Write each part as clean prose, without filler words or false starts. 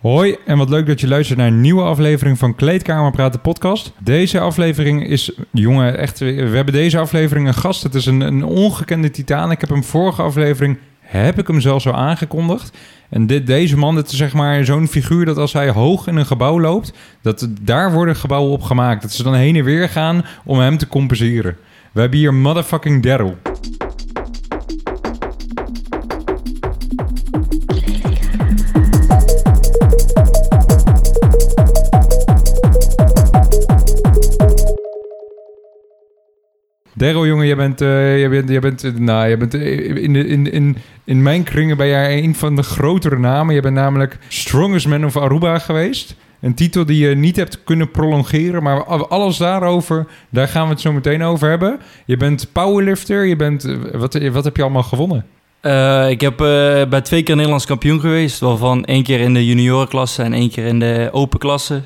Hoi en wat leuk dat je luistert naar een nieuwe aflevering van Kleedkamer Praten podcast. Deze aflevering is, jongen, echt, we hebben deze aflevering een gast. Het is een ongekende titaan. Ik heb hem vorige aflevering, zelfs al aangekondigd. En deze man, het is zeg maar zo'n figuur dat als hij hoog in een gebouw loopt, daar worden gebouwen op gemaakt. Dat ze dan heen en weer gaan om hem te compenseren. We hebben hier motherfucking Daryl. Daryl, jongen, je bent in mijn kringen ben jij een van de grotere namen. Je bent namelijk Strongest Man of Aruba geweest. Een titel die je niet hebt kunnen prolongeren, maar alles daarover, daar gaan we het zo meteen over hebben. Je bent powerlifter, wat heb je allemaal gewonnen? Ik ben 2 keer Nederlands kampioen geweest, waarvan 1 keer in de juniorenklasse en 1 keer in de open klasse.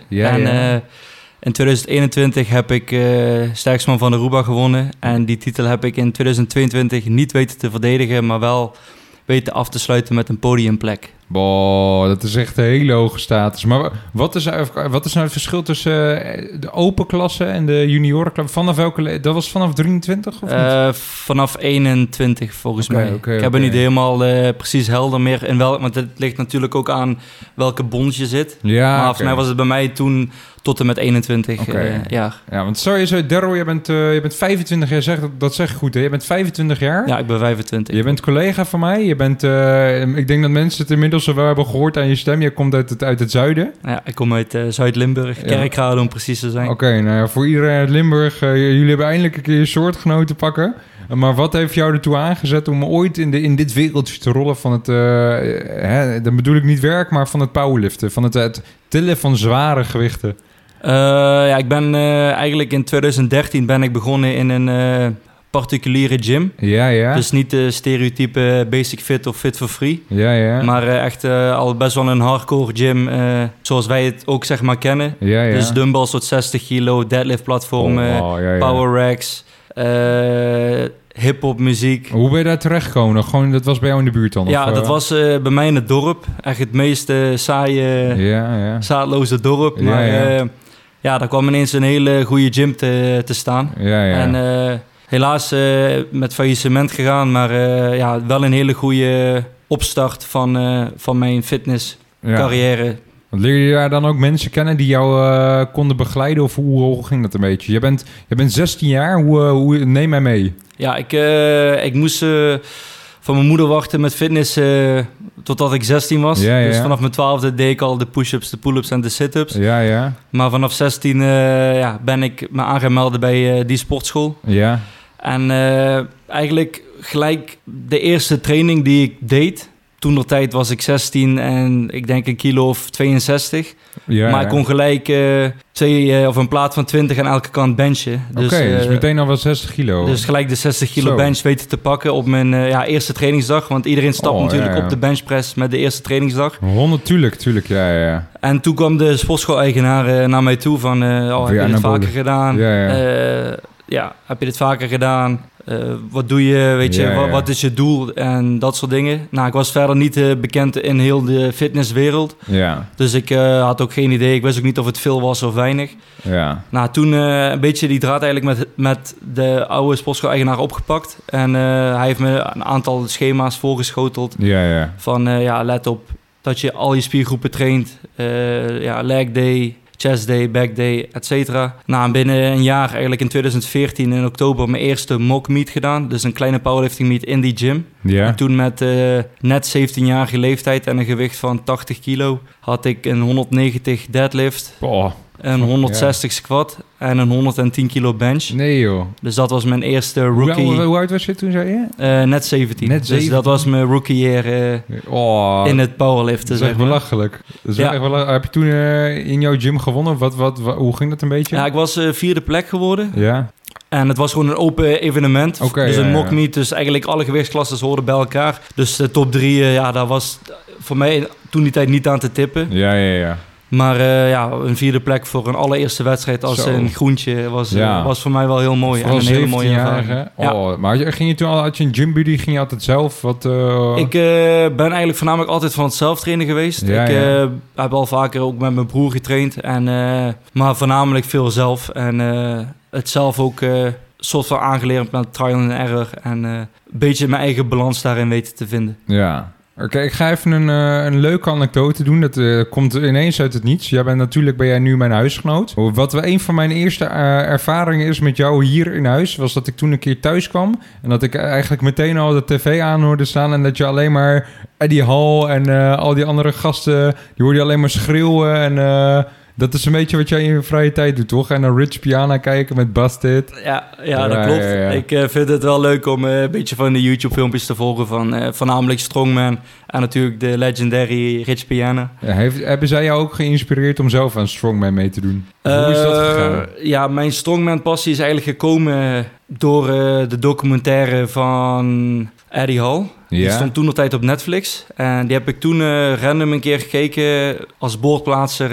In 2021 heb ik sterkstman van Aruba gewonnen. En die titel heb ik in 2022 niet weten te verdedigen, maar wel weten af te sluiten met een podiumplek. Boah, dat is echt een hele hoge status. Maar wat is nou het verschil tussen de open klasse en de juniorenklasse? Vanaf welke dat was vanaf 23 of niet? Vanaf 21 volgens mij. Ik heb het niet helemaal precies helder meer in welk, want het ligt natuurlijk ook aan welke bond je zit. Ja, maar voor mij was het bij mij toen tot en met 21 jaar. Ja, want sorry, Daryl, je bent 25 jaar, dat zeg ik goed, hè? Je bent 25 jaar? Ja, ik ben 25. Je bent collega van mij. Je bent, ik denk dat mensen het inmiddels wel hebben gehoord aan je stem. Je komt uit het zuiden. Ja, ik kom uit Zuid-Limburg, Kerkrade om precies te zijn. Oké, nou ja, voor iedereen uit Limburg, jullie hebben eindelijk een keer je soortgenoten te pakken. Maar wat heeft jou ertoe aangezet om ooit in dit wereldje te rollen van het, dan bedoel ik niet werk, maar van het powerliften, van het tillen van zware gewichten? Ik ben eigenlijk in 2013 ben ik begonnen in een particuliere gym. Ja. Dus niet de stereotype basic fit of fit for free. Ja. Maar echt al best wel een hardcore gym, zoals wij het ook zeg maar kennen. Ja. Dus dumbbells tot 60 kilo, deadlift platformen, power racks, hip-hop muziek. Hoe ben je daar terechtgekomen? Gewoon, dat was bij jou in de buurt dan? Ja, dat was bij mij in het dorp. Echt het meest saaie, zaadloze dorp. Maar daar kwam ineens een hele goede gym te staan. Ja. En helaas met faillissement gegaan, maar wel een hele goede opstart van mijn fitnesscarrière. Leer je daar dan ook mensen kennen die jou konden begeleiden? Of hoe ging dat een beetje? Je bent 16 jaar, hoe neem mij mee? Ja, ik moest van mijn moeder wachten met fitness totdat ik 16 was. Dus vanaf mijn 12e deed ik al de push-ups, de pull-ups en de sit-ups. Ja. Maar vanaf 16 ben ik me aangemeld bij die sportschool. Ja. En eigenlijk gelijk de eerste training die ik deed. Toentertijd was ik 16 en ik denk een kilo of 62. Maar ik kon gelijk een plaat van 20 aan elke kant benchen. Dus meteen al wel 60 kilo. Dus gelijk de 60 kilo bench weten te pakken op mijn eerste trainingsdag. Want iedereen stapt natuurlijk op de benchpress met de eerste trainingsdag. 100, tuurlijk, ja. En toen kwam de sportschool-eigenaar naar mij toe van... heb je dit vaker gedaan? Heb je dit vaker gedaan? Wat doe je, weet je, wat is je doel en dat soort dingen. Nou, ik was verder niet bekend in heel de fitnesswereld. Ja. Dus ik had ook geen idee. Ik wist ook niet of het veel was of weinig. Ja. Nou, toen een beetje die draad eigenlijk met de oude sportschool-eigenaar opgepakt. En hij heeft me een aantal schema's voorgeschoteld. Ja. Van, let op dat je al je spiergroepen traint. Leg day, chest day, back day, et cetera. Nou, binnen een jaar, eigenlijk in 2014 in oktober, mijn eerste mock meet gedaan. Dus een kleine powerlifting meet in die gym. Ja. En toen met net 17-jarige leeftijd en een gewicht van 80 kilo... had ik een 190 deadlift, een 160 squat en een 110 kilo bench. Nee joh. Dus dat was mijn eerste rookie... Hoe oud was je toen, zei je? Net 17. Dus dat was mijn rookie year in het powerliften. Dat is echt belachelijk. Heb je toen in jouw gym gewonnen? Hoe ging dat een beetje? Ja, ik was 4e plek geworden. Ja. En het was gewoon een open evenement. Dus een mock meet. Dus eigenlijk alle gewichtsklassen hoorden bij elkaar. Dus de top 3, daar was voor mij toen die tijd niet aan te tippen. Ja. Maar een 4e plek voor een allereerste wedstrijd als een groentje was voor mij wel heel mooi. Vooral en een hele mooie ervaring. Maar ging je toen al, had je een gymbuddy, ging je altijd zelf? Ik ben eigenlijk voornamelijk altijd van het zelftrainen geweest. Ik heb al vaker ook met mijn broer getraind. Maar voornamelijk veel zelf. En het zelf ook soort van aangeleerd met trial and error. En een beetje mijn eigen balans daarin weten te vinden. Ja. Oké, ik ga even een leuke anekdote doen. Dat komt ineens uit het niets. Ben jij nu mijn huisgenoot. Wat een van mijn eerste ervaringen is met jou hier in huis, was dat ik toen een keer thuis kwam en dat ik eigenlijk meteen al de tv aan hoorde staan en dat je alleen maar Eddie Hall en al die andere gasten, die hoorde je alleen maar schreeuwen en... Dat is een beetje wat jij in je vrije tijd doet, toch? En naar Rich Piana kijken met Busted. Ja, dat klopt. Ja. Ik vind het wel leuk om een beetje van de YouTube-filmpjes te volgen van voornamelijk Strongman en natuurlijk de legendary Rich Piana. Ja, hebben zij jou ook geïnspireerd om zelf aan Strongman mee te doen? Hoe is dat gegaan? Ja, mijn Strongman-passie is eigenlijk gekomen door de documentaire van Eddie Hall. Ja. Die stond toen nog tijd op Netflix. En die heb ik toen random een keer gekeken als boordplaatser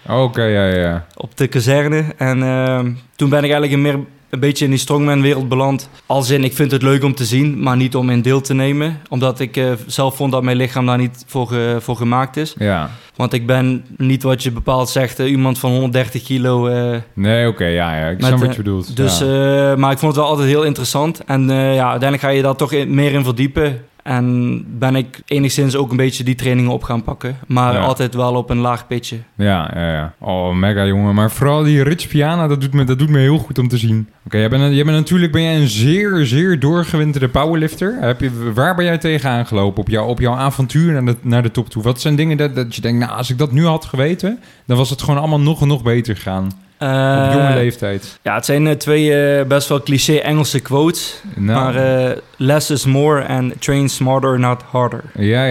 op de kazerne. En toen ben ik eigenlijk een beetje in die strongman-wereld beland. Als in, ik vind het leuk om te zien, maar niet om in deel te nemen. Omdat ik zelf vond dat mijn lichaam daar niet voor gemaakt is. Ja. Want ik ben niet wat je bepaald zegt, iemand van 130 kilo. Nee, oké, ik snap wat je bedoelt. Dus, maar ik vond het wel altijd heel interessant. En uiteindelijk ga je daar toch meer in verdiepen. En ben ik enigszins ook een beetje die trainingen op gaan pakken. Maar altijd wel op een laag pitje. Ja. Oh, mega jongen. Maar vooral die Rich Piana, dat doet me heel goed om te zien. Oké, ben jij een zeer, zeer doorgewinterde powerlifter. Waar ben jij tegenaan gelopen op jouw avontuur naar de top toe? Wat zijn dingen dat je denkt, als ik dat nu had geweten, dan was het gewoon allemaal nog beter gegaan? Op jonge leeftijd. Ja, het zijn twee best wel cliché Engelse quotes. Nou. Maar less is more and train smarter, not harder.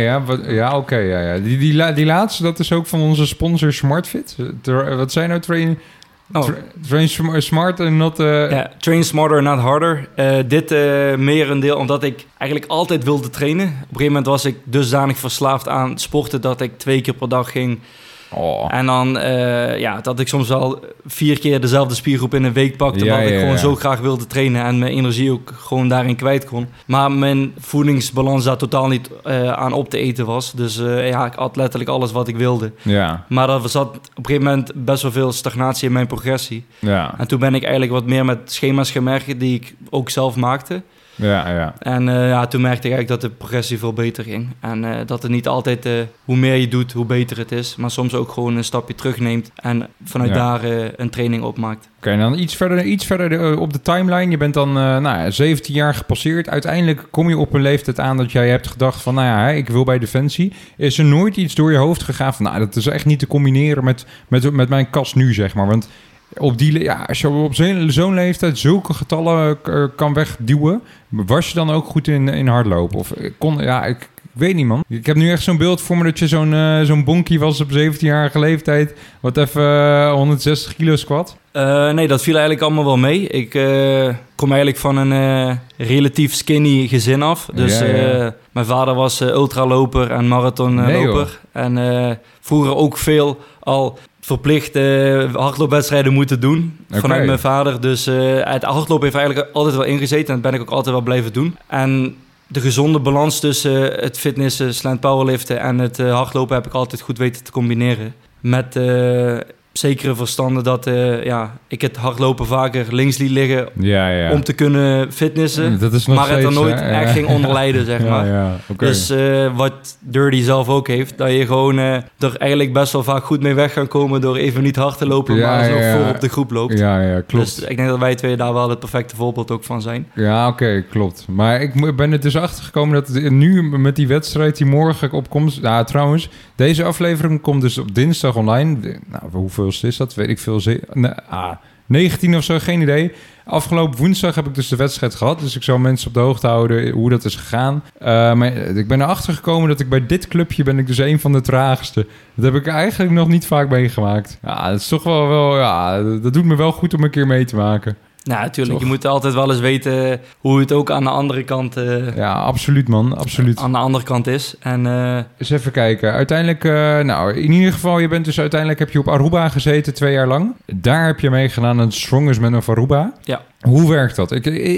Oké. Die laatste, dat is ook van onze sponsor SmartFit. Wat zijn nou train smart en not... train smarter, not harder. Dit merendeel omdat ik eigenlijk altijd wilde trainen. Op een gegeven moment was ik dusdanig verslaafd aan sporten dat ik 2 keer per dag ging. Oh. En dan dat ik soms wel 4 keer dezelfde spiergroep in een week pakte, omdat ik gewoon zo graag wilde trainen en mijn energie ook gewoon daarin kwijt kon. Maar mijn voedingsbalans daar totaal niet aan op te eten was. Dus ik had letterlijk alles wat ik wilde. Ja. Maar er zat op een gegeven moment best wel veel stagnatie in mijn progressie. Ja. En toen ben ik eigenlijk wat meer met schema's gemerkt die ik ook zelf maakte. Ja. En toen merkte ik eigenlijk dat de progressie veel beter ging. En dat het niet altijd hoe meer je doet, hoe beter het is. Maar soms ook gewoon een stapje terugneemt en vanuit daar een training opmaakt. Oké, en dan iets verder op de timeline. Je bent dan 17 jaar gepasseerd. Uiteindelijk kom je op een leeftijd aan dat jij hebt gedacht van, ik wil bij Defensie. Is er nooit iets door je hoofd gegaan van, dat is echt niet te combineren met mijn kas nu, zeg maar. Want als je op zo'n leeftijd zulke getallen kan wegduwen, was je dan ook goed in hardlopen? Of ik weet niet, man. Ik heb nu echt zo'n beeld voor me dat je zo'n bonkie was op 17-jarige leeftijd, wat even 160 kilo squat. Nee, dat viel eigenlijk allemaal wel mee. Ik kom eigenlijk van een relatief skinny gezin af. Dus mijn vader was ultraloper en marathonloper. En vroeger ook veel al verplicht hardloopwedstrijden moeten doen vanuit mijn vader. Dus het hardlopen heeft eigenlijk altijd wel ingezeten en dat ben ik ook altijd wel blijven doen. En de gezonde balans tussen het fitnessen, slant powerliften en het hardlopen heb ik altijd goed weten te combineren. Met zekere verstanden dat ik het hardlopen vaker links liet liggen om te kunnen fitnessen. Dat is nog maar steeds, het er nooit echt ging onder lijden, zeg maar. Okay. Dus wat Dirty zelf ook heeft, dat je gewoon er eigenlijk best wel vaak goed mee weg kan komen door even niet hard te lopen, maar als nog voor op de groep loopt. Ja, klopt. Dus ik denk dat wij twee daar wel het perfecte voorbeeld ook van zijn. Ja, oké, klopt. Maar ik ben er dus achter gekomen dat het nu met die wedstrijd die morgen opkomt. Nou, trouwens, deze aflevering komt dus op dinsdag online. Nou, hoeveel is dat? Weet ik veel. 19 of zo, geen idee. Afgelopen woensdag heb ik dus de wedstrijd gehad. Dus ik zal mensen op de hoogte houden hoe dat is gegaan. Maar ik ben erachter gekomen dat ik bij dit clubje ben ik dus een van de traagste. Dat heb ik eigenlijk nog niet vaak meegemaakt. Ja, dat is toch wel dat doet me wel goed om een keer mee te maken. Nou, natuurlijk. Toch? Je moet altijd wel eens weten hoe het ook aan de andere kant... Ja, absoluut man, absoluut. Aan de andere kant is. En, eens even kijken. Uiteindelijk, in ieder geval, uiteindelijk heb je op Aruba gezeten 2 jaar lang. Daar heb je meegedaan aan het Strongest Man of Aruba. Ja. Hoe werkt dat?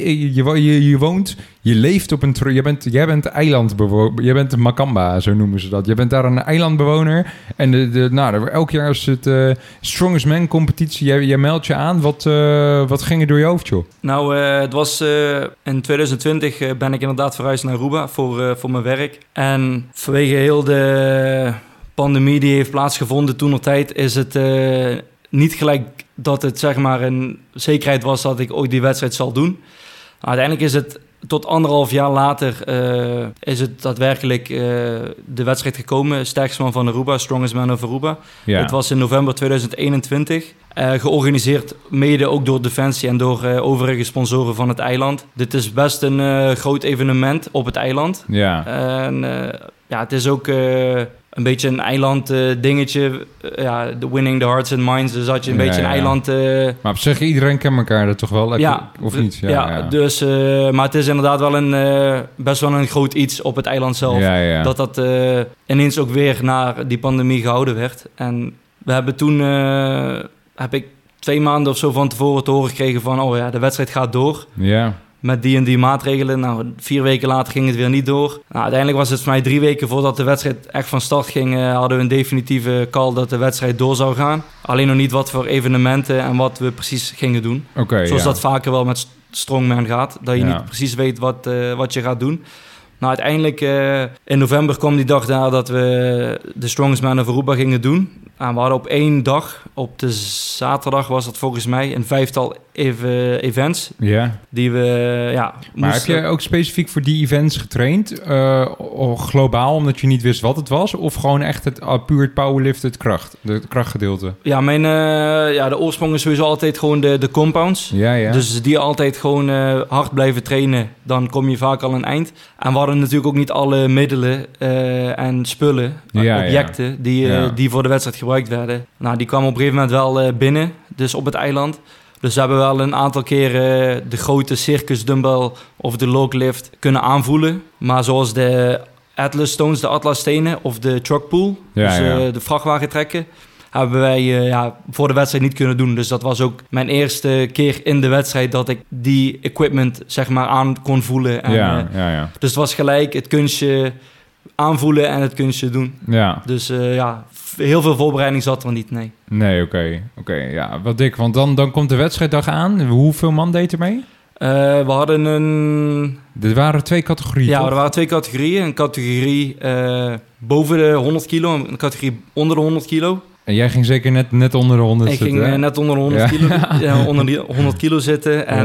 Je woont, je leeft op een... Jij bent eilandbewoner. Je bent een Makamba, zo noemen ze dat. Je bent daar een eilandbewoner. En elk jaar is het Strongest Man competitie. Jij meldt je aan. Wat ging er door je hoofd, joh? Nou, het was in 2020 ben ik inderdaad verhuisd naar Aruba voor mijn werk. En vanwege heel de pandemie die heeft plaatsgevonden toentertijd is het niet gelijk dat het zeg maar een zekerheid was dat ik ooit die wedstrijd zal doen. Uiteindelijk is het tot 1,5 jaar later is het daadwerkelijk de wedstrijd gekomen. Sterkste man van Aruba, Strongest Man of Aruba. Ja. Het was in november 2021. Georganiseerd mede ook door Defensie en door overige sponsoren van het eiland. Dit is best een groot evenement op het eiland. Ja. En het is ook... een beetje een eiland dingetje. Winning the hearts and minds. Dus had je een beetje een eiland... Maar op zich, iedereen kent elkaar dat toch wel? Of niet? Ja. Dus, maar het is inderdaad wel best wel een groot iets op het eiland zelf. Ja. Dat ineens ook weer na die pandemie gehouden werd. En we hebben toen... heb ik 2 maanden of zo van tevoren te horen gekregen van... de wedstrijd gaat door. Ja. Met die en die maatregelen. Nou, 4 weken later ging het weer niet door. Nou, uiteindelijk was het voor mij 3 weken voordat de wedstrijd echt van start ging... hadden we een definitieve call dat de wedstrijd door zou gaan. Alleen nog niet wat voor evenementen en wat we precies gingen doen. Zoals dat vaker wel met Strongman gaat. Dat je niet precies weet wat je gaat doen. Nou, uiteindelijk in november kwam die dag daar dat we de Strongest Man of Aruba gingen doen. En we hadden op 1 dag, op de zaterdag was dat volgens mij, een 5-tal events. Ja. Die we, maar heb je ook specifiek voor die events getraind? Globaal, omdat je niet wist wat het was? Of gewoon echt puur het powerlift, het krachtgedeelte? Ja, de oorsprong is sowieso altijd gewoon de compounds. Ja. Dus die altijd gewoon hard blijven trainen, dan kom je vaak al een eind. En we hadden natuurlijk ook niet alle middelen en spullen, objecten, die voor de wedstrijd gebruikt werden. Nou, die kwamen op een gegeven moment wel binnen, dus op het eiland. Dus we hebben wel een aantal keren de grote circus dumbbell of de log lift kunnen aanvoelen. Maar zoals de Atlas Stones, de Atlas stenen of de truck pull, de vrachtwagen trekken, hebben wij voor de wedstrijd niet kunnen doen. Dus dat was ook mijn eerste keer in de wedstrijd dat ik die equipment zeg maar aan kon voelen. En, dus het was gelijk het kunstje aanvoelen en het kunstje doen. Ja. Dus heel veel voorbereiding zat er niet, nee. Nee, oké. Ja, wat dik. Want dan komt de wedstrijddag aan. Hoeveel man deed er mee? We hadden een... Er waren 2 categorieën, Ja, toch? er waren 2 categorieën. Een categorie boven de 100 kilo en een categorie onder de 100 kilo. En jij ging zeker net onder de 100 zitten? Ik ging net onder de 100 kilo, onder die 100 kilo zitten. En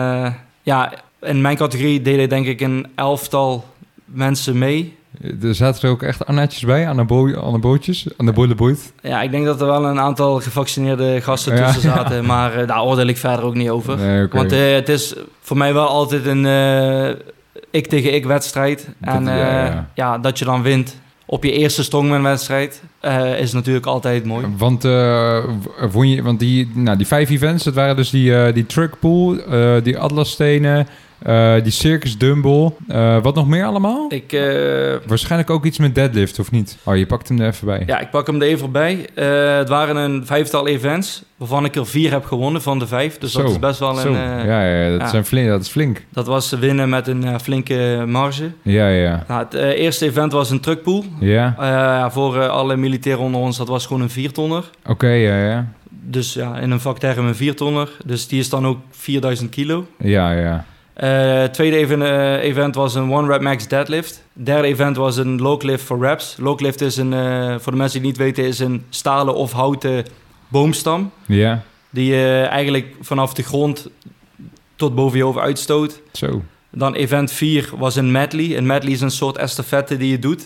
in mijn categorie deden denk ik een 11-tal mensen mee. Er zaten er ook echt Annaatjes bij, anabootjes, anaboot. Ja, ik denk dat er wel een aantal gevaccineerde gasten tussen zaten, maar daar oordeel ik verder ook niet over. Nee, okay. Want het is voor mij wel altijd een ik tegen ik wedstrijd. En dat je dan wint op je eerste strongman-wedstrijd is natuurlijk altijd mooi. Want won je, want die 5 events, dat waren dus die truck pull, die Atlas stenen, die circus dumbbell. Wat nog meer allemaal? Waarschijnlijk ook iets met deadlift, of niet? Oh, je pakt hem er even bij. Ja, ik pak hem er even bij. Het waren een 5-tal events, waarvan ik er 4 heb gewonnen van de 5. Dus dat is best wel een... dat is flink. Dat was winnen met een flinke marge. Ja. Nou, het eerste event was een truckpool. Ja. Voor alle militairen onder ons, dat was gewoon een 4-tonner. Oké, ja. Dus in een vakterm een 4-tonner. Dus die is dan ook 4000 kilo. Ja. Het tweede event was een 1-rep max deadlift. Het derde event was een log lift voor reps. Log lift is voor de mensen die het niet weten, is een stalen of houten boomstam. Ja. Die je eigenlijk vanaf de grond tot boven je hoofd uitstoot. Zo. Dan event 4 was een medley. Een medley is een soort estafette die je doet.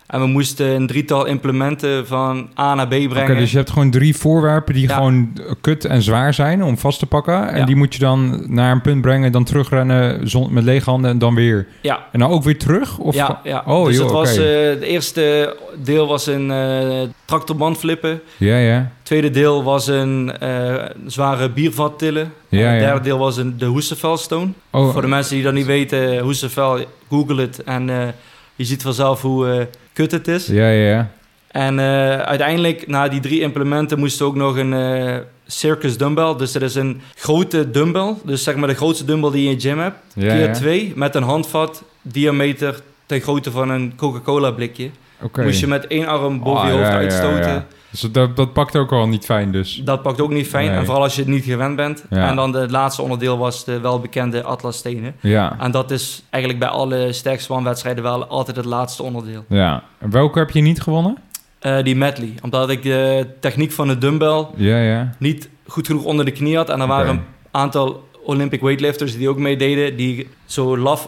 En we moesten een 3-tal implementen van A naar B brengen. Oké, dus je hebt gewoon 3 voorwerpen die gewoon kut en zwaar zijn om vast te pakken. En die moet je dan naar een punt brengen, dan terugrennen met lege handen en dan weer. Ja. En dan ook weer terug? Of ja. Oh, dus het was, het eerste deel was een tractorband flippen. Ja. Het tweede deel was een zware biervat tillen. Het derde deel was de Husafell-stone. Voor de mensen die dat niet weten, Husafell, google het en je ziet vanzelf hoe kut het is. Ja. En uiteindelijk, na die 3 implementen, moest ook nog een circus dumbbell. Dus dat is een grote dumbbell. Dus zeg maar de grootste dumbbell die je in je gym hebt. Keer 2 met een handvat, diameter ten grootte van een Coca-Cola blikje. Moest je met 1 arm boven je hoofd uitstoten. Ja. Dus dat pakt ook al niet fijn dus. Dat pakt ook niet fijn. En vooral als je het niet gewend bent. Ja. En dan het laatste onderdeel was de welbekende Atlas-stenen. Ja. En dat is eigenlijk bij alle sterkste man-wedstrijden wel altijd het laatste onderdeel. Ja. En welke heb je niet gewonnen? Die medley. Omdat ik de techniek van de dumbbell niet goed genoeg onder de knie had. En er waren een aantal Olympic weightlifters die ook meededen, die zo laf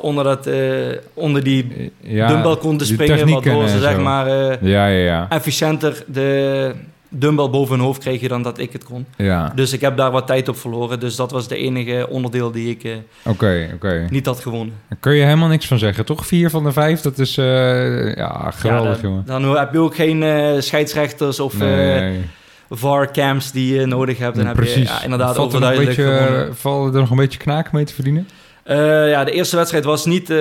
onder die dumbbell konden springen, waardoor ze zeg maar efficiënter de dumbbell boven hun hoofd kregen dan dat ik het kon. Ja. Dus ik heb daar wat tijd op verloren. Dus dat was de enige onderdeel die ik niet had gewonnen. Daar kun je helemaal niks van zeggen, toch? 4 van de 5, dat is geweldig, jongen. Dan heb je ook geen scheidsrechters of... VAR-cams die je nodig hebt. Dan heb je inderdaad overduidelijk gewonnen. Vallen er nog een beetje knaken mee te verdienen? De eerste wedstrijd was niet...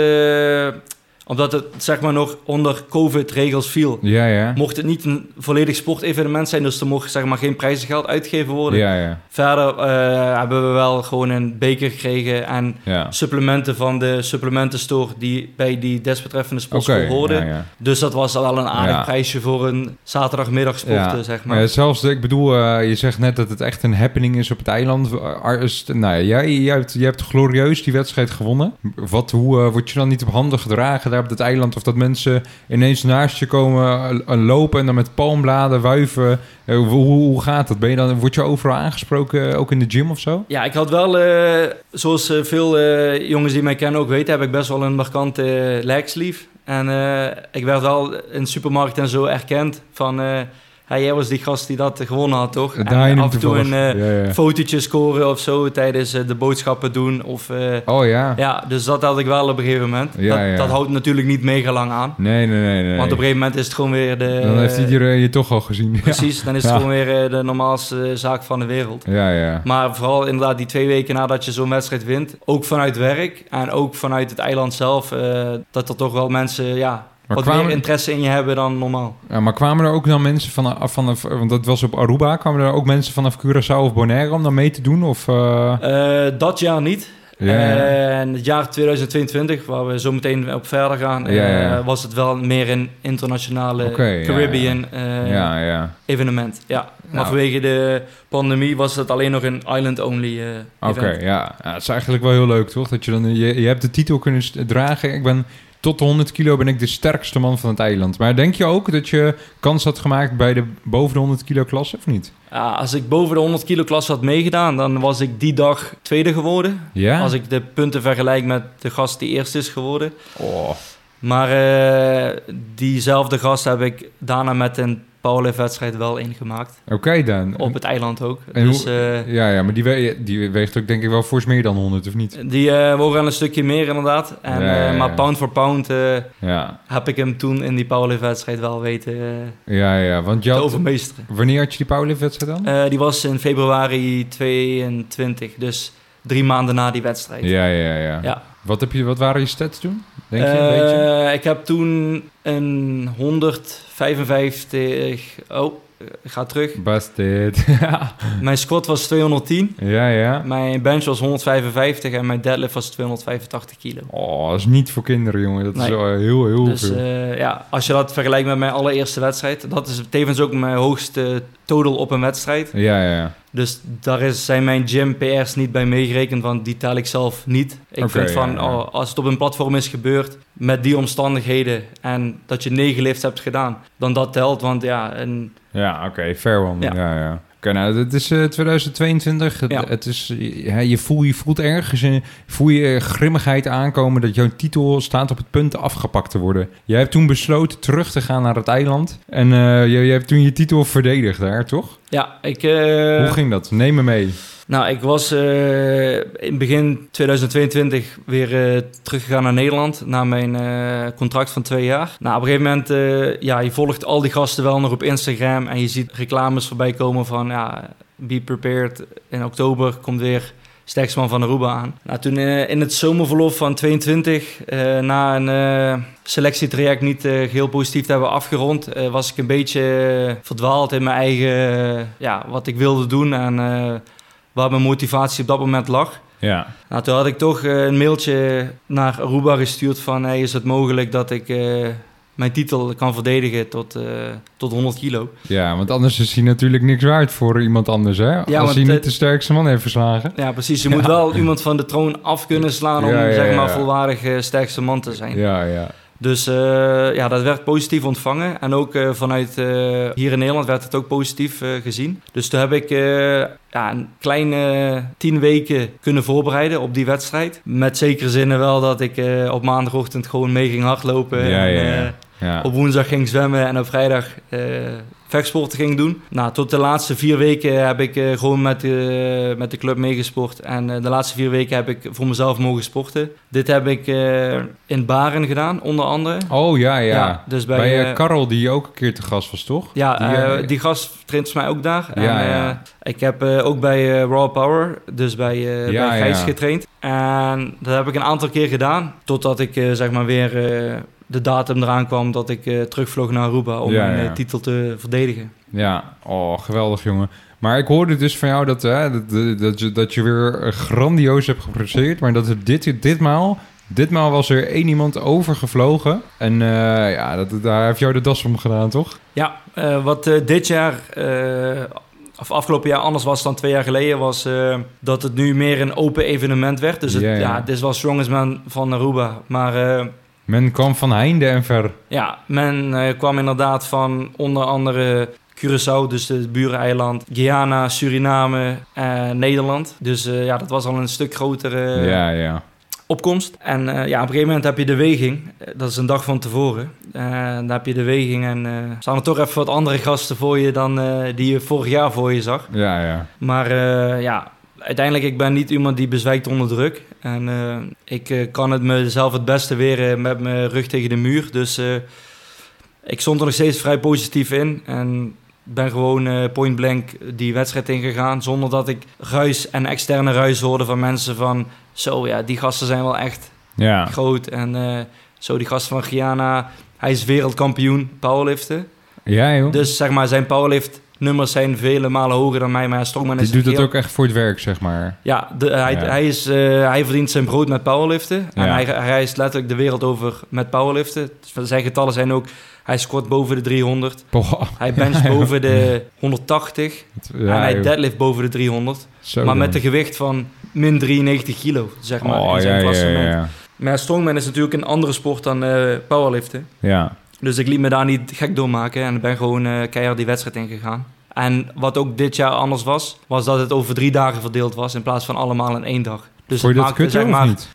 omdat het zeg maar nog onder COVID-regels viel. Mocht het niet een volledig sportevenement zijn, dus er mocht zeg maar geen prijzengeld uitgegeven worden. Verder hebben we wel gewoon een beker gekregen en supplementen van de supplementenstore die bij die desbetreffende sportschool hoorden. Dus dat was al een aardig prijsje voor een zaterdagmiddag sporten, zeg maar. Zelfs, ik bedoel, je zegt net dat het echt een happening is op het eiland. Jij hebt glorieus die wedstrijd gewonnen. Hoe word je dan niet op handen gedragen daar op het eiland, of dat mensen ineens naast je komen lopen en dan met palmbladen wuiven? Hoe gaat dat? Word je overal aangesproken, ook in de gym of zo? Ja, ik had wel, zoals veel jongens die mij kennen ook weten, heb ik best wel een markante leg sleeve. En ik werd wel in de supermarkt en zo erkend van... jij was die gast die dat gewonnen had, toch? En af en toe een fotootje scoren of zo tijdens de boodschappen doen. Of, Ja, dus dat had ik wel op een gegeven moment. Dat houdt natuurlijk niet mega lang aan. Nee. Want op een gegeven moment is het gewoon weer de... Dan heeft iedereen je toch al gezien. Precies, dan is het gewoon weer de normaalste zaak van de wereld. Ja. Maar vooral inderdaad die 2 weken nadat je zo'n wedstrijd wint, ook vanuit werk en ook vanuit het eiland zelf, dat er toch wel mensen... wat meer interesse in je hebben dan normaal. Ja, maar kwamen er ook dan mensen vanaf want dat was op Aruba, kwamen er ook mensen vanaf Curaçao of Bonaire om dan mee te doen? Of, dat jaar niet. En het jaar 2022, waar we zo meteen op verder gaan, was het wel meer een internationale Caribbean evenement. Ja. Maar vanwege de pandemie was het alleen nog een island-only event. Het is eigenlijk wel heel leuk, toch? Dat je dan je hebt de titel kunnen dragen. Tot de 100 kilo ben ik de sterkste man van het eiland. Maar denk je ook dat je kans had gemaakt bij de boven de 100 kilo klasse, of niet? Als ik boven de 100 kilo klasse had meegedaan, dan was ik die dag tweede geworden. Ja? Als ik de punten vergelijk met de gast die eerst is geworden. Oh. Maar diezelfde gast heb ik daarna met een powerlift-wedstrijd wel ingemaakt. Oké dan. Op het eiland ook. Dus, maar die weegt ook denk ik wel fors meer dan 100, of niet? Die wogen wel een stukje meer inderdaad. En, maar pound voor pound heb ik hem toen in die powerlift-wedstrijd wel weten want te overmeesteren. Wanneer had je die powerlift-wedstrijd dan? Die was in februari 22, dus 3 maanden na die wedstrijd. Ja. Wat waren je stats toen? Denk je, weet je? Ik heb toen een 155... ik ga terug. Busted. Mijn squat was 210. Ja. Mijn bench was 155 en mijn deadlift was 285 kilo. Oh, dat is niet voor kinderen, jongen. Dat is wel heel dus, veel. Als je dat vergelijkt met mijn allereerste wedstrijd, dat is tevens ook mijn hoogste total op een wedstrijd. Ja. Dus daar zijn mijn gym PR's niet bij meegerekend, want die tel ik zelf niet. Ik vind als het op een platform is gebeurd met die omstandigheden en dat je 9 lifts hebt gedaan, dan dat telt, want fair one. Ja. Oké, nou, het is 2022. Ja. Het is, je voelt ergens voel je grimmigheid aankomen dat jouw titel staat op het punt afgepakt te worden. Jij hebt toen besloten terug te gaan naar het eiland. En je hebt toen je titel verdedigd daar, toch? Ja, Hoe ging dat? Neem me mee. Nou, ik was in begin 2022 weer teruggegaan naar Nederland na mijn contract van 2 jaar. Nou, op een gegeven moment, je volgt al die gasten wel nog op Instagram en je ziet reclames voorbij komen van, be prepared. In oktober komt weer sterkste man van Aruba aan. Nou, toen in het zomerverlof van 22, na een selectietraject niet geheel positief te hebben afgerond, was ik een beetje verdwaald in mijn eigen, wat ik wilde doen en waar mijn motivatie op dat moment lag. Ja. Nou, toen had ik toch een mailtje naar Aruba gestuurd van, is het mogelijk dat ik mijn titel kan verdedigen tot 100 kilo. Ja, want anders is hij natuurlijk niks waard voor iemand anders, hè? Ja, als hij niet de sterkste man heeft verslagen. Ja, precies. Je moet wel iemand van de troon af kunnen slaan om zeg maar volwaardig sterkste man te zijn. Ja. Dus dat werd positief ontvangen. En ook vanuit hier in Nederland werd het ook positief gezien. Dus toen heb ik een kleine 10 weken kunnen voorbereiden op die wedstrijd. Met zekere zinnen wel dat ik op maandagochtend gewoon mee ging hardlopen. Ja. Op woensdag ging zwemmen en op vrijdag vechtsporten ging doen. Nou, tot de laatste 4 weken heb ik gewoon met de club meegesport. En de laatste 4 weken heb ik voor mezelf mogen sporten. Dit heb ik in Baren gedaan, onder andere. Oh, ja. Dus bij Karel, die ook een keer te gast was, toch? Ja, die gast traint mij ook daar. Ik heb ook bij Raw Power, dus bij Gijs getraind. En dat heb ik een aantal keer gedaan. Totdat ik weer de datum eraan kwam dat ik terugvloog naar Aruba om mijn titel te verdedigen. Ja, geweldig, jongen. Maar ik hoorde dus van jou dat je weer grandioos hebt gepresteerd, maar dat het ditmaal was er 1 iemand overgevlogen. En daar heeft jou de das om gedaan, toch? Ja, wat dit jaar, of afgelopen jaar anders was dan 2 jaar geleden, was dat het nu meer een open evenement werd. Dus dit was Strongest Man van Aruba, maar men kwam van heinde en ver. Ja, men kwam inderdaad van onder andere Curaçao, dus het buureiland, Guyana, Suriname en Nederland. Dus dat was al een stuk grotere opkomst. En op een gegeven moment heb je de weging. Dat is een dag van tevoren. Dan heb je de weging en staan er toch even wat andere gasten voor je dan die je vorig jaar voor je zag. Ja. Maar uiteindelijk, ik ben niet iemand die bezwijkt onder druk. En ik kan het mezelf het beste weren met mijn rug tegen de muur. Dus ik stond er nog steeds vrij positief in. En ben gewoon point blank die wedstrijd ingegaan. Zonder dat ik ruis en externe ruis hoorde van mensen van... die gasten zijn wel echt groot. En die gast van Guyana, hij is wereldkampioen powerliften. Ja, joh. Dus zeg maar, zijn powerlift nummers zijn vele malen hoger dan mij, maar strongman is... Die doet dat ook echt voor het werk, zeg maar. Ja, hij verdient zijn brood met powerliften. Ja. En hij reist letterlijk de wereld over met powerliften. Dus zijn getallen zijn ook... Hij squat boven de 300. Boah. Hij bencht boven de 180. En hij deadlift boven de 300. Maar met een gewicht van min 93 kilo, zeg maar, in zijn klassement. Ja. Maar strongman is natuurlijk een andere sport dan powerliften. Ja. Dus ik liet me daar niet gek door maken en ik ben gewoon keihard die wedstrijd ingegaan. En wat ook dit jaar anders was dat het over 3 dagen verdeeld was in plaats van allemaal in 1 dag. Dus vond je dat kutter of niet?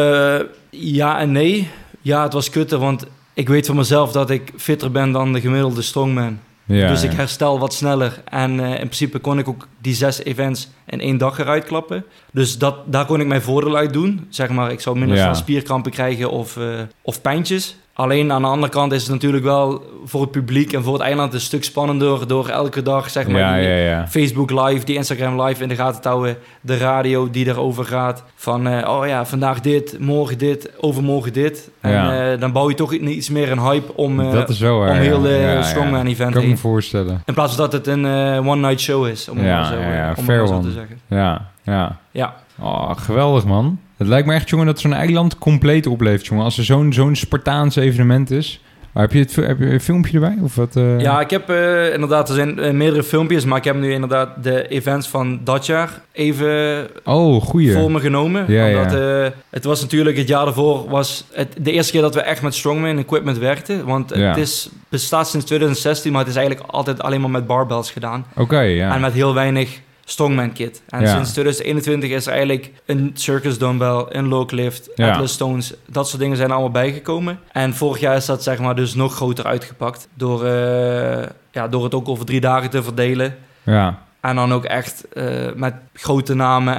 Ja en nee. Ja, het was kutter, want ik weet van mezelf dat ik fitter ben dan de gemiddelde strongman. Ja, dus ik herstel wat sneller. En in principe kon ik ook die 6 events in 1 dag eruit klappen. Dus daar kon ik mijn voordeel uit doen. Zeg maar, ik zou minder snel spierkrampen krijgen of pijntjes. Alleen aan de andere kant is het natuurlijk wel voor het publiek en voor het eiland een stuk spannender door elke dag, zeg maar, Facebook live, die Instagram live in de gaten te houden, de radio die erover gaat, van vandaag dit, morgen dit, overmorgen dit. En dan bouw je toch iets meer een hype om heel de strongman event heen. Kan ik me voorstellen. In plaats van dat het een one-night show is, om het zo te zeggen. Ja. Oh, geweldig, man. Het lijkt me echt, jongen, dat zo'n eiland compleet opleeft, jongen. Als er zo'n Spartaans evenement is. Heb je een filmpje erbij? Of wat, Ja, ik heb inderdaad, er zijn meerdere filmpjes, maar ik heb nu inderdaad de events van dat jaar even voor me genomen. Ja, omdat het was natuurlijk het jaar daarvoor was het de eerste keer dat we echt met strongman equipment werkten. Want het bestaat sinds 2016, maar het is eigenlijk altijd alleen maar met barbells gedaan. Oké, ja. En met heel weinig strongman kit. En sinds 2021 is er eigenlijk een circus dumbbell, een low lift, Atlas stones, dat soort dingen zijn allemaal bijgekomen. En vorig jaar is dat zeg maar dus nog groter uitgepakt door het ook over 3 dagen te verdelen. Ja. En dan ook echt met grote namen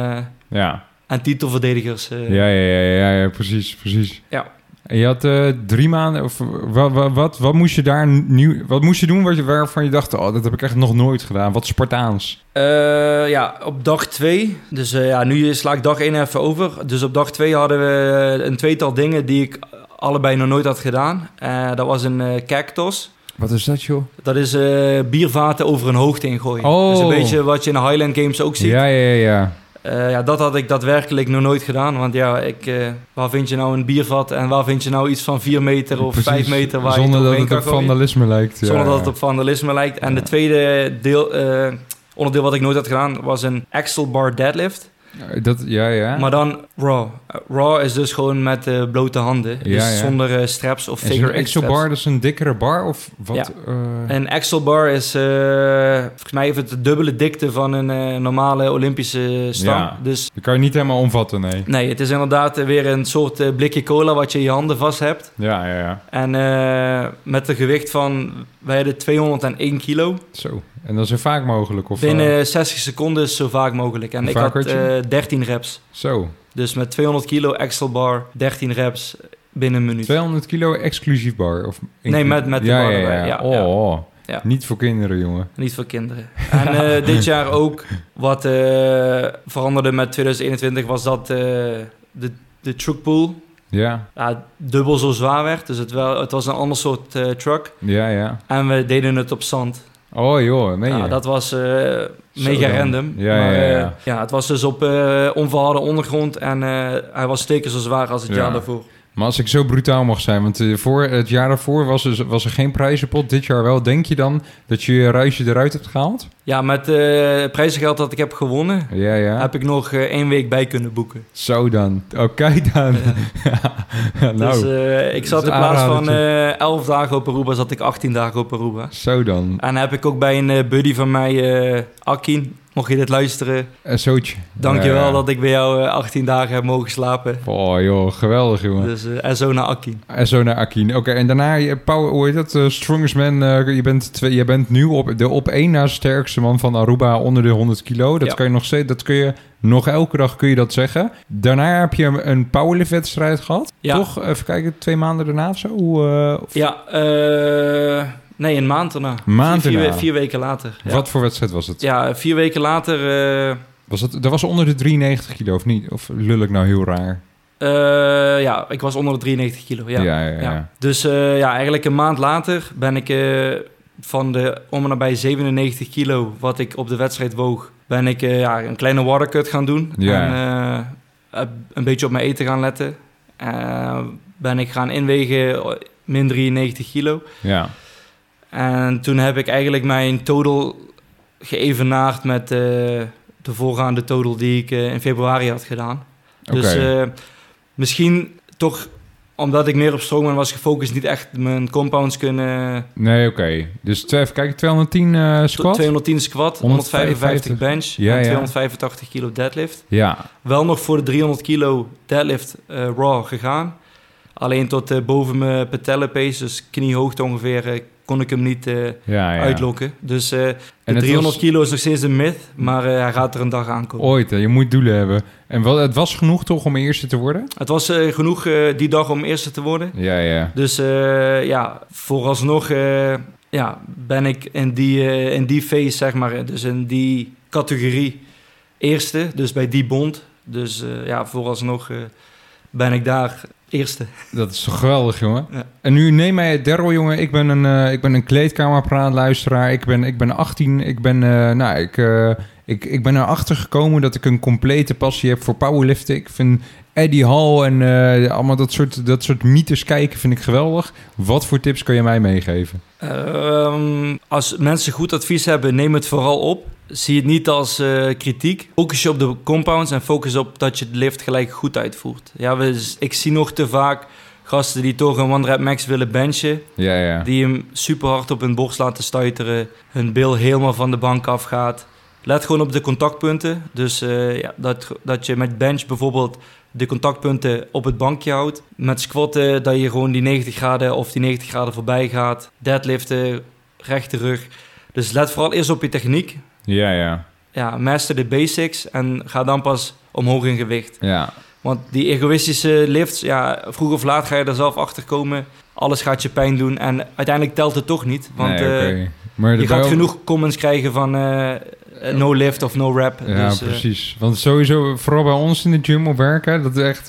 en titelverdedigers. Ja, precies. Ja. En je had 3 maanden, of wat moest je daar wat moest je doen waarvan je dacht, dat heb ik echt nog nooit gedaan. Wat Spartaans? Op dag 2, dus nu sla ik dag 1 even over. Dus op dag 2 hadden we een tweetal dingen die ik allebei nog nooit had gedaan. Dat was een cactus. Wat is dat, joh? Dat is biervaten over een hoogte ingooien. Oh. Dus een beetje wat je in de Highland Games ook ziet. Ja. Dat had ik daadwerkelijk nog nooit gedaan. Want waar vind je nou een biervat en waar vind je nou iets van 4 meter of Precies. 5 meter waar zonder je dat het op vandalisme lijkt. Zonder dat het op vandalisme lijkt. En de tweede onderdeel wat ik nooit had gedaan was een axle bar deadlift. Maar dan raw. Raw is dus gewoon met blote handen. Dus zonder straps of figure 8 straps. Een axle bar, dat is een dikkere bar of wat? Ja. Een axle bar is volgens mij even de dubbele dikte van een normale Olympische stang. Ja. Dus dat kan je niet helemaal omvatten, nee. Nee, het is inderdaad weer een soort blikje cola wat je in je handen vast hebt. Ja. En met een gewicht van, wij hadden 201 kilo. Zo. En dat is zo vaak mogelijk? Of, binnen 60 seconden is zo vaak mogelijk. En ik had 13 reps. Zo. Dus met 200 kilo axle bar, 13 reps binnen een minuut. 200 kilo exclusief bar? Of nee, met de bar erbij. Ja. Niet voor kinderen, jongen. Niet voor kinderen. En dit jaar ook, wat veranderde met 2021, was dat de truckpool. Ja, dubbel zo zwaar werd. Dus het was een ander soort truck. Ja. En we deden het op zand. Oh joh, meen je? Dat was mega random. Ja. Het was dus op onverharde ondergrond en hij was 2 keer zo zwaar als het jaar daarvoor. Maar als ik zo brutaal mag zijn, want voor het jaar daarvoor was er geen prijzenpot, dit jaar wel. Denk je dan dat je je ruisje eruit hebt gehaald? Ja, met prijzengeld dat ik heb gewonnen, heb ik nog 1 week bij kunnen boeken. Zo dan. Oké dan. Nou, dus ik zat in plaats van 11 dagen op Aruba, zat ik 18 dagen op Aruba. Zo dan. En heb ik ook bij een buddy van mij, Akin, mocht je dit luisteren. Een zootje. Dankjewel dat ik bij jou 18 dagen heb mogen slapen. Oh joh, geweldig jongen. Dus SO naar Akin. SO naar Akin. Oké, en daarna, hoe heet dat? Strongest Man, je bent nu op 1 na sterkste man van Aruba onder de 100 kilo. Dat kan je nog steeds, dat kun je nog elke dag kun je dat zeggen. Daarna heb je een powerlift wedstrijd gehad. Ja. Toch? Even kijken, 2 maanden daarna of zo? Nee, een maand daarna. 4 weken later. Ja. Wat voor wedstrijd was het? Ja, 4 weken later... Dat was onder de 93 kilo of niet? Of lul ik nou heel raar? Ik was onder de 93 kilo, Ja. Dus eigenlijk een maand later ben ik van de om en nabij 97 kilo... wat ik op de wedstrijd woog... ben ik een kleine watercut gaan doen. Ja. En een beetje op mijn eten gaan letten. Ben ik gaan inwegen min 93 kilo. Ja. En toen heb ik eigenlijk mijn total geëvenaard met de voorgaande total die ik in februari had gedaan. Okay. Dus misschien toch, omdat ik meer op strongman was gefocust, niet echt mijn compounds kunnen... Nee, oké. Dus even kijken, 210 squat? 210 squat, 155 bench en 285 kilo deadlift. Ja. Wel nog voor de 300 kilo deadlift raw gegaan. Alleen tot boven mijn patellenpees, dus kniehoogte ongeveer... kon ik hem niet uitlokken. Dus de 300 kilo is nog steeds een myth, maar hij gaat er een dag aankomen. Ooit, je moet doelen hebben. En het was genoeg toch om eerste te worden? Het was genoeg die dag om eerste te worden. Ja. Dus vooralsnog ben ik in die phase, zeg maar, dus in die categorie eerste, dus bij die bond. Dus vooralsnog ben ik daar... eerste. Dat is toch geweldig, jongen. Ja. En nu neem mij Daryl, jongen. Ik ben een kleedkamerpraatluisteraar. Ik ben 18. Ik ben erachter gekomen dat ik een complete passie heb voor powerliften. Ik vind Eddie Hall en allemaal dat soort mythes kijken vind ik geweldig. Wat voor tips kan je mij meegeven? Als mensen goed advies hebben, neem het vooral op. Zie het niet als kritiek. Focus je op de compounds en focus op dat je het lift gelijk goed uitvoert. Ja, ik zie nog te vaak gasten die toch een one rep max willen benchen. Ja. Die hem super hard op hun borst laten stuiteren. Hun bil helemaal van de bank afgaat. Let gewoon op de contactpunten. Dus dat je met bench bijvoorbeeld de contactpunten op het bankje houdt. Met squatten dat je gewoon die 90 graden of die 90 graden voorbij gaat. Deadliften, rechte rug. Dus let vooral eerst op je techniek. Ja. Ja, master de basics en ga dan pas omhoog in gewicht. Ja. Want die egoïstische lifts, ja, vroeg of laat ga je er zelf achter komen. Alles gaat je pijn doen en uiteindelijk telt het toch niet. Want maar je gaat genoeg comments krijgen van no lift of no rep. Ja, dus, precies. Want sowieso, vooral bij ons in de gym op werken, dat is echt...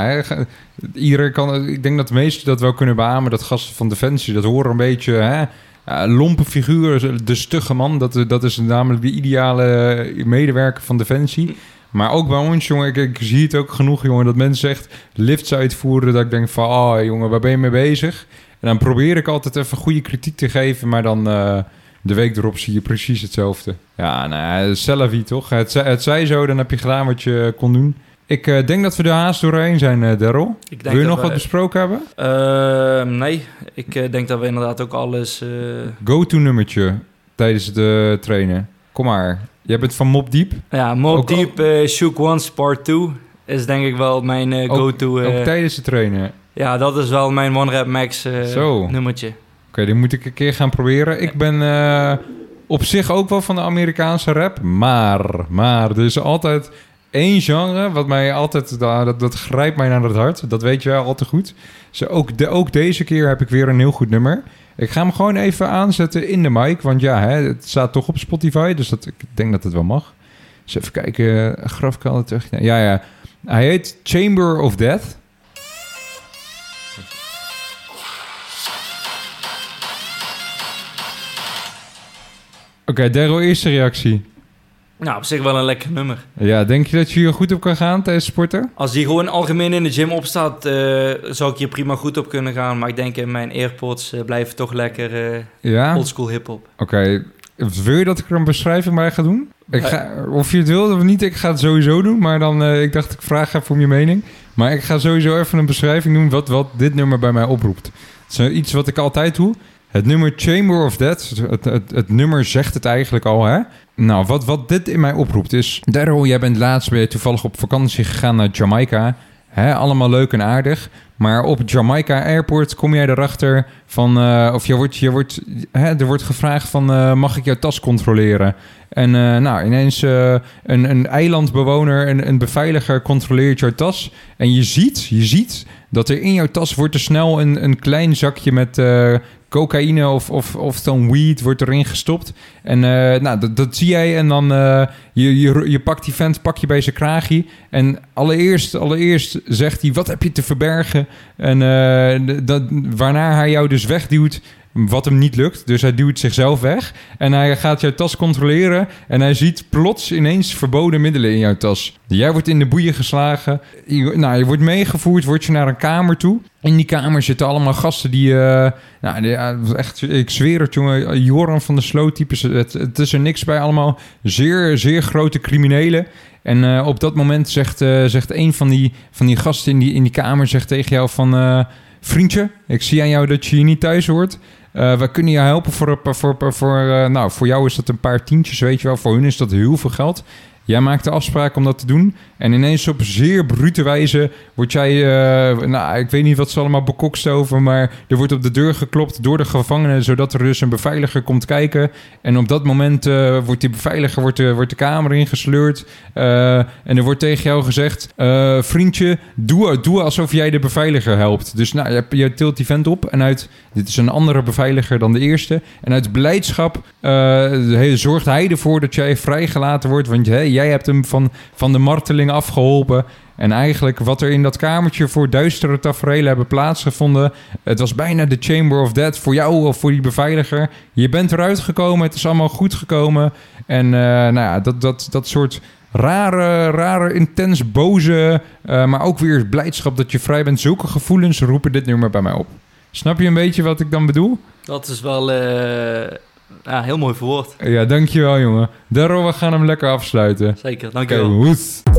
iedereen kan... Ik denk dat de meesten dat wel kunnen beamen, dat gasten van Defensie, dat horen een beetje... lompe figuur, de stugge man, dat is namelijk de ideale medewerker van Defensie. Maar ook bij ons, jongen, ik zie het ook genoeg, jongen, dat mensen echt lifts uitvoeren, dat ik denk van, jongen, waar ben je mee bezig? En dan probeer ik altijd even goede kritiek te geven, maar dan de week erop zie je precies hetzelfde. Ja, zelfie toch? Het zij zo, dan heb je gedaan wat je kon doen. Ik denk dat we er haast doorheen zijn, Daryl. Wil je nog wat besproken hebben? Nee, ik denk dat we inderdaad ook alles... Go-to-nummertje tijdens de trainen. Kom maar. Jij bent van Mob Deep? Ja, Mob Deep, Shook Once Part 2 is denk ik wel mijn go-to... ook tijdens de trainen? Ja, dat is wel mijn one rep max nummertje. Oké, die moet ik een keer gaan proberen. Ik ben op zich ook wel van de Amerikaanse rap. Maar er is altijd... Eén genre, wat mij altijd... Dat grijpt mij naar het hart. Dat weet je wel al te goed. Dus ook deze keer heb ik weer een heel goed nummer. Ik ga hem gewoon even aanzetten in de mic. Want het staat toch op Spotify. Dus ik denk dat het wel mag. Dus even kijken. Graf kan het terug. Ja. Hij heet Chamber of Death. Oké, Daryl, eerste reactie. Nou, op zich wel een lekker nummer. Ja, denk je dat je hier goed op kan gaan tijdens sporten? Als die gewoon algemeen in de gym opstaat, zou ik hier prima goed op kunnen gaan. Maar ik denk in mijn AirPods blijven toch lekker oldschool hip-hop. Oké. Wil je dat ik er een beschrijving bij ga doen? Of je het wil of niet, ik ga het sowieso doen. Maar dan, ik dacht, ik vraag even om je mening. Maar ik ga sowieso even een beschrijving doen wat dit nummer bij mij oproept. Het is iets wat ik altijd doe. Het nummer Chamber of Death, het nummer zegt het eigenlijk al, hè? Nou, wat dit in mij oproept is... Daryl, jij bent laatst weer toevallig op vakantie gegaan naar Jamaica. Hè? Allemaal leuk en aardig. Maar op Jamaica Airport kom jij erachter van... er wordt gevraagd van... mag ik jouw tas controleren? En ineens een eilandbewoner, een beveiliger controleert jouw tas. En je ziet dat er in jouw tas wordt er snel een klein zakje met... cocaïne of zo'n weed wordt erin gestopt. En dat zie jij. En dan je pakt die vent pak je bij zijn kraagje. En allereerst zegt hij, wat heb je te verbergen? En waarna hij jou dus wegduwt, wat hem niet lukt. Dus hij duwt zichzelf weg. En hij gaat jouw tas controleren. En hij ziet plots ineens verboden middelen in jouw tas. Jij wordt in de boeien geslagen. Je wordt meegevoerd, word je naar een kamer toe. In die kamer zitten allemaal gasten die... echt, ik zweer het, jongen. Joran van der Sloot-types. Het is er niks bij. Allemaal zeer, zeer grote criminelen. En op dat moment zegt een van die gasten in die kamer... zegt tegen jou van... vriendje, ik zie aan jou dat je hier niet thuis hoort. We kunnen je helpen voor jou is dat een paar tientjes, weet je wel. Voor hun is dat heel veel geld. Jij maakt de afspraak om dat te doen. En ineens op zeer brute wijze word jij... ik weet niet wat ze allemaal bekokst over... maar er wordt op de deur geklopt door de gevangenen... zodat er dus een beveiliger komt kijken. En op dat moment wordt die beveiliger wordt de kamer ingesleurd. En er wordt tegen jou gezegd... vriendje, doe alsof jij de beveiliger helpt. Dus je tilt die vent op. En dit is een andere beveiliger dan de eerste. En uit blijdschap zorgt hij ervoor dat jij vrijgelaten wordt. Want jij hebt hem van de marteling afgeholpen. En eigenlijk wat er in dat kamertje voor duistere taferelen hebben plaatsgevonden... het was bijna de Chamber of Death voor jou of voor die beveiliger. Je bent eruit gekomen, het is allemaal goed gekomen. En dat soort rare, intens boze, maar ook weer blijdschap dat je vrij bent. Zulke gevoelens roepen dit nummer bij mij op. Snap je een beetje wat ik dan bedoel? Dat is wel heel mooi verwoord. Ja, dankjewel jongen. Daarom, we gaan hem lekker afsluiten. Zeker, dankjewel. Okay,